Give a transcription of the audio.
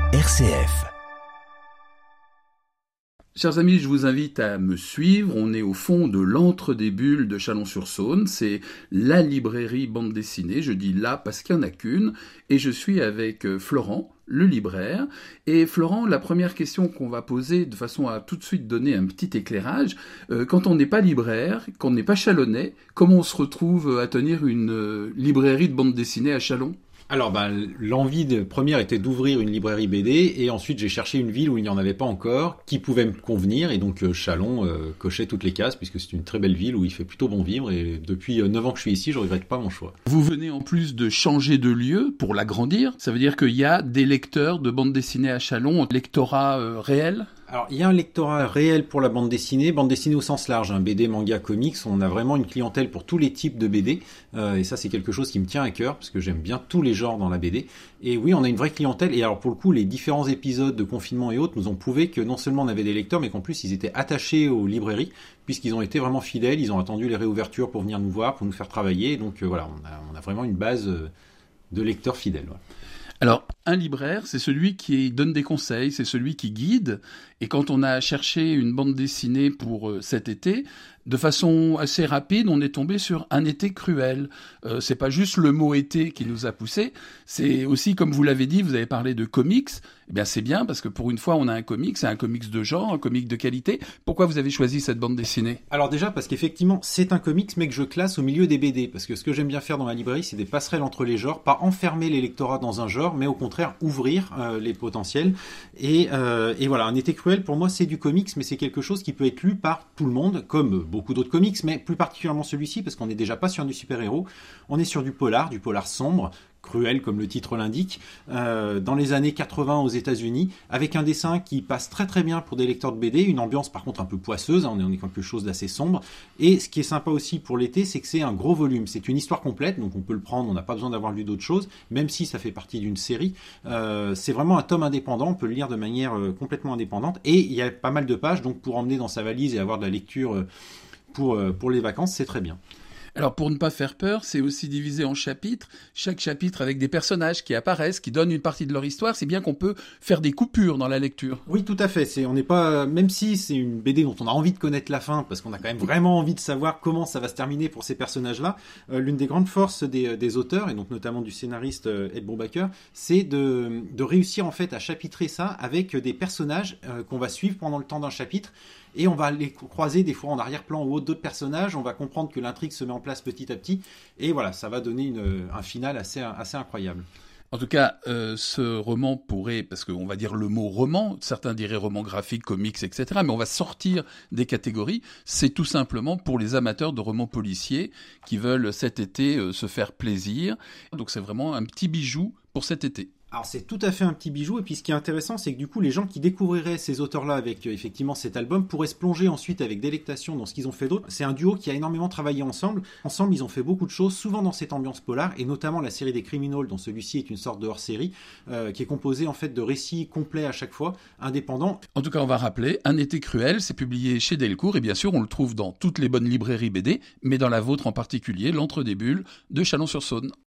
RCF. Chers amis, je vous invite à me suivre. On est au fond de l'Antre des Bulles de Chalon-sur-Saône. C'est la librairie bande dessinée. Je dis là parce qu'il n'y en a qu'une. Et je suis avec Florent, le libraire. Et Florent, la première question qu'on va poser de façon à tout de suite donner un petit éclairage, quand on n'est pas libraire, qu'on n'est pas chalonnais, comment on se retrouve à tenir une librairie de bande dessinée à Chalon ? Alors, l'envie première était d'ouvrir une librairie BD, et ensuite j'ai cherché une ville où il n'y en avait pas encore, qui pouvait me convenir, et donc Chalon cochait toutes les cases, puisque c'est une très belle ville où il fait plutôt bon vivre, et depuis 9 ans que je suis ici, je regrette pas mon choix. Vous venez en plus de changer de lieu pour l'agrandir, ça veut dire qu'il y a des lecteurs de bande dessinée à Chalon, lectorat réel ? Alors, il y a un lectorat réel pour la bande dessinée au sens large, BD, manga, comics, on a vraiment une clientèle pour tous les types de BD, et ça c'est quelque chose qui me tient à cœur, parce que j'aime bien tous les genres dans la BD, et oui, on a une vraie clientèle, et alors pour le coup, les différents épisodes de confinement et autres nous ont prouvé que non seulement on avait des lecteurs, mais qu'en plus ils étaient attachés aux librairies, puisqu'ils ont été vraiment fidèles, ils ont attendu les réouvertures pour venir nous voir, pour nous faire travailler, donc voilà, on a vraiment une base de lecteurs fidèles. Voilà. Alors, un libraire, c'est celui qui donne des conseils, c'est celui qui guide. Et quand on a cherché une bande dessinée pour cet été, de façon assez rapide, on est tombé sur Un été cruel. C'est pas juste le mot été qui nous a poussé, c'est aussi, comme vous l'avez dit, vous avez parlé de comics. Eh bien, c'est bien parce que pour une fois, on a un comics, c'est un comics de genre, un comics de qualité. Pourquoi vous avez choisi cette bande dessinée ? Alors déjà, parce qu'effectivement, c'est un comics, mais que je classe au milieu des BD. Parce que ce que j'aime bien faire dans ma librairie, c'est des passerelles entre les genres, pas enfermer les lectorats dans un genre, mais au contraire, ouvrir les potentiels. Et voilà, Un été cruel, pour moi, c'est du comics, mais c'est quelque chose qui peut être lu par tout le monde, comme beaucoup d'autres comics, mais plus particulièrement celui-ci, parce qu'on n'est déjà pas sur du super-héros, on est sur du polar sombre, cruel comme le titre l'indique, dans les années 80 aux États-Unis, avec un dessin qui passe très très bien pour des lecteurs de BD, une ambiance par contre un peu poisseuse, on est quelque chose d'assez sombre, et ce qui est sympa aussi pour l'été, c'est que c'est un gros volume, c'est une histoire complète, donc on peut le prendre, on n'a pas besoin d'avoir lu d'autres choses, même si ça fait partie d'une série, c'est vraiment un tome indépendant, on peut le lire de manière complètement indépendante, et il y a pas mal de pages, donc pour emmener dans sa valise et avoir de la lecture pour les vacances, c'est très bien. Alors, pour ne pas faire peur, c'est aussi divisé en chapitres, chaque chapitre avec des personnages qui apparaissent, qui donnent une partie de leur histoire, c'est bien qu'on peut faire des coupures dans la lecture. Oui, tout à fait, on n'est pas, même si c'est une BD dont on a envie de connaître la fin, parce qu'on a quand même vraiment envie de savoir comment ça va se terminer pour ces personnages-là, l'une des grandes forces des auteurs, et donc notamment du scénariste Ed Brubaker, c'est de réussir en fait à chapitrer ça avec des personnages qu'on va suivre pendant le temps d'un chapitre, et on va les croiser des fois en arrière-plan ou d'autres personnages, on va comprendre que l'intrigue se met en place petit à petit, et voilà, ça va donner un final assez incroyable. En tout cas, ce roman pourrait, parce qu'on va dire le mot roman, certains diraient roman graphique, comics, etc., mais on va sortir des catégories, c'est tout simplement pour les amateurs de romans policiers qui veulent cet été se faire plaisir, donc c'est vraiment un petit bijou pour cet été. Alors c'est tout à fait un petit bijou, et puis ce qui est intéressant, c'est que du coup les gens qui découvriraient ces auteurs-là avec effectivement cet album pourraient se plonger ensuite avec délectation dans ce qu'ils ont fait d'autre. C'est un duo qui a énormément travaillé ensemble. Ensemble, ils ont fait beaucoup de choses, souvent dans cette ambiance polar, et notamment la série des Criminals, dont celui-ci est une sorte de hors-série, qui est composée en fait de récits complets à chaque fois, indépendants. En tout cas, on va rappeler, Un été cruel, c'est publié chez Delcourt, et bien sûr, on le trouve dans toutes les bonnes librairies BD, mais dans la vôtre en particulier, l'Antre des Bulles de Chalon-sur-Saône.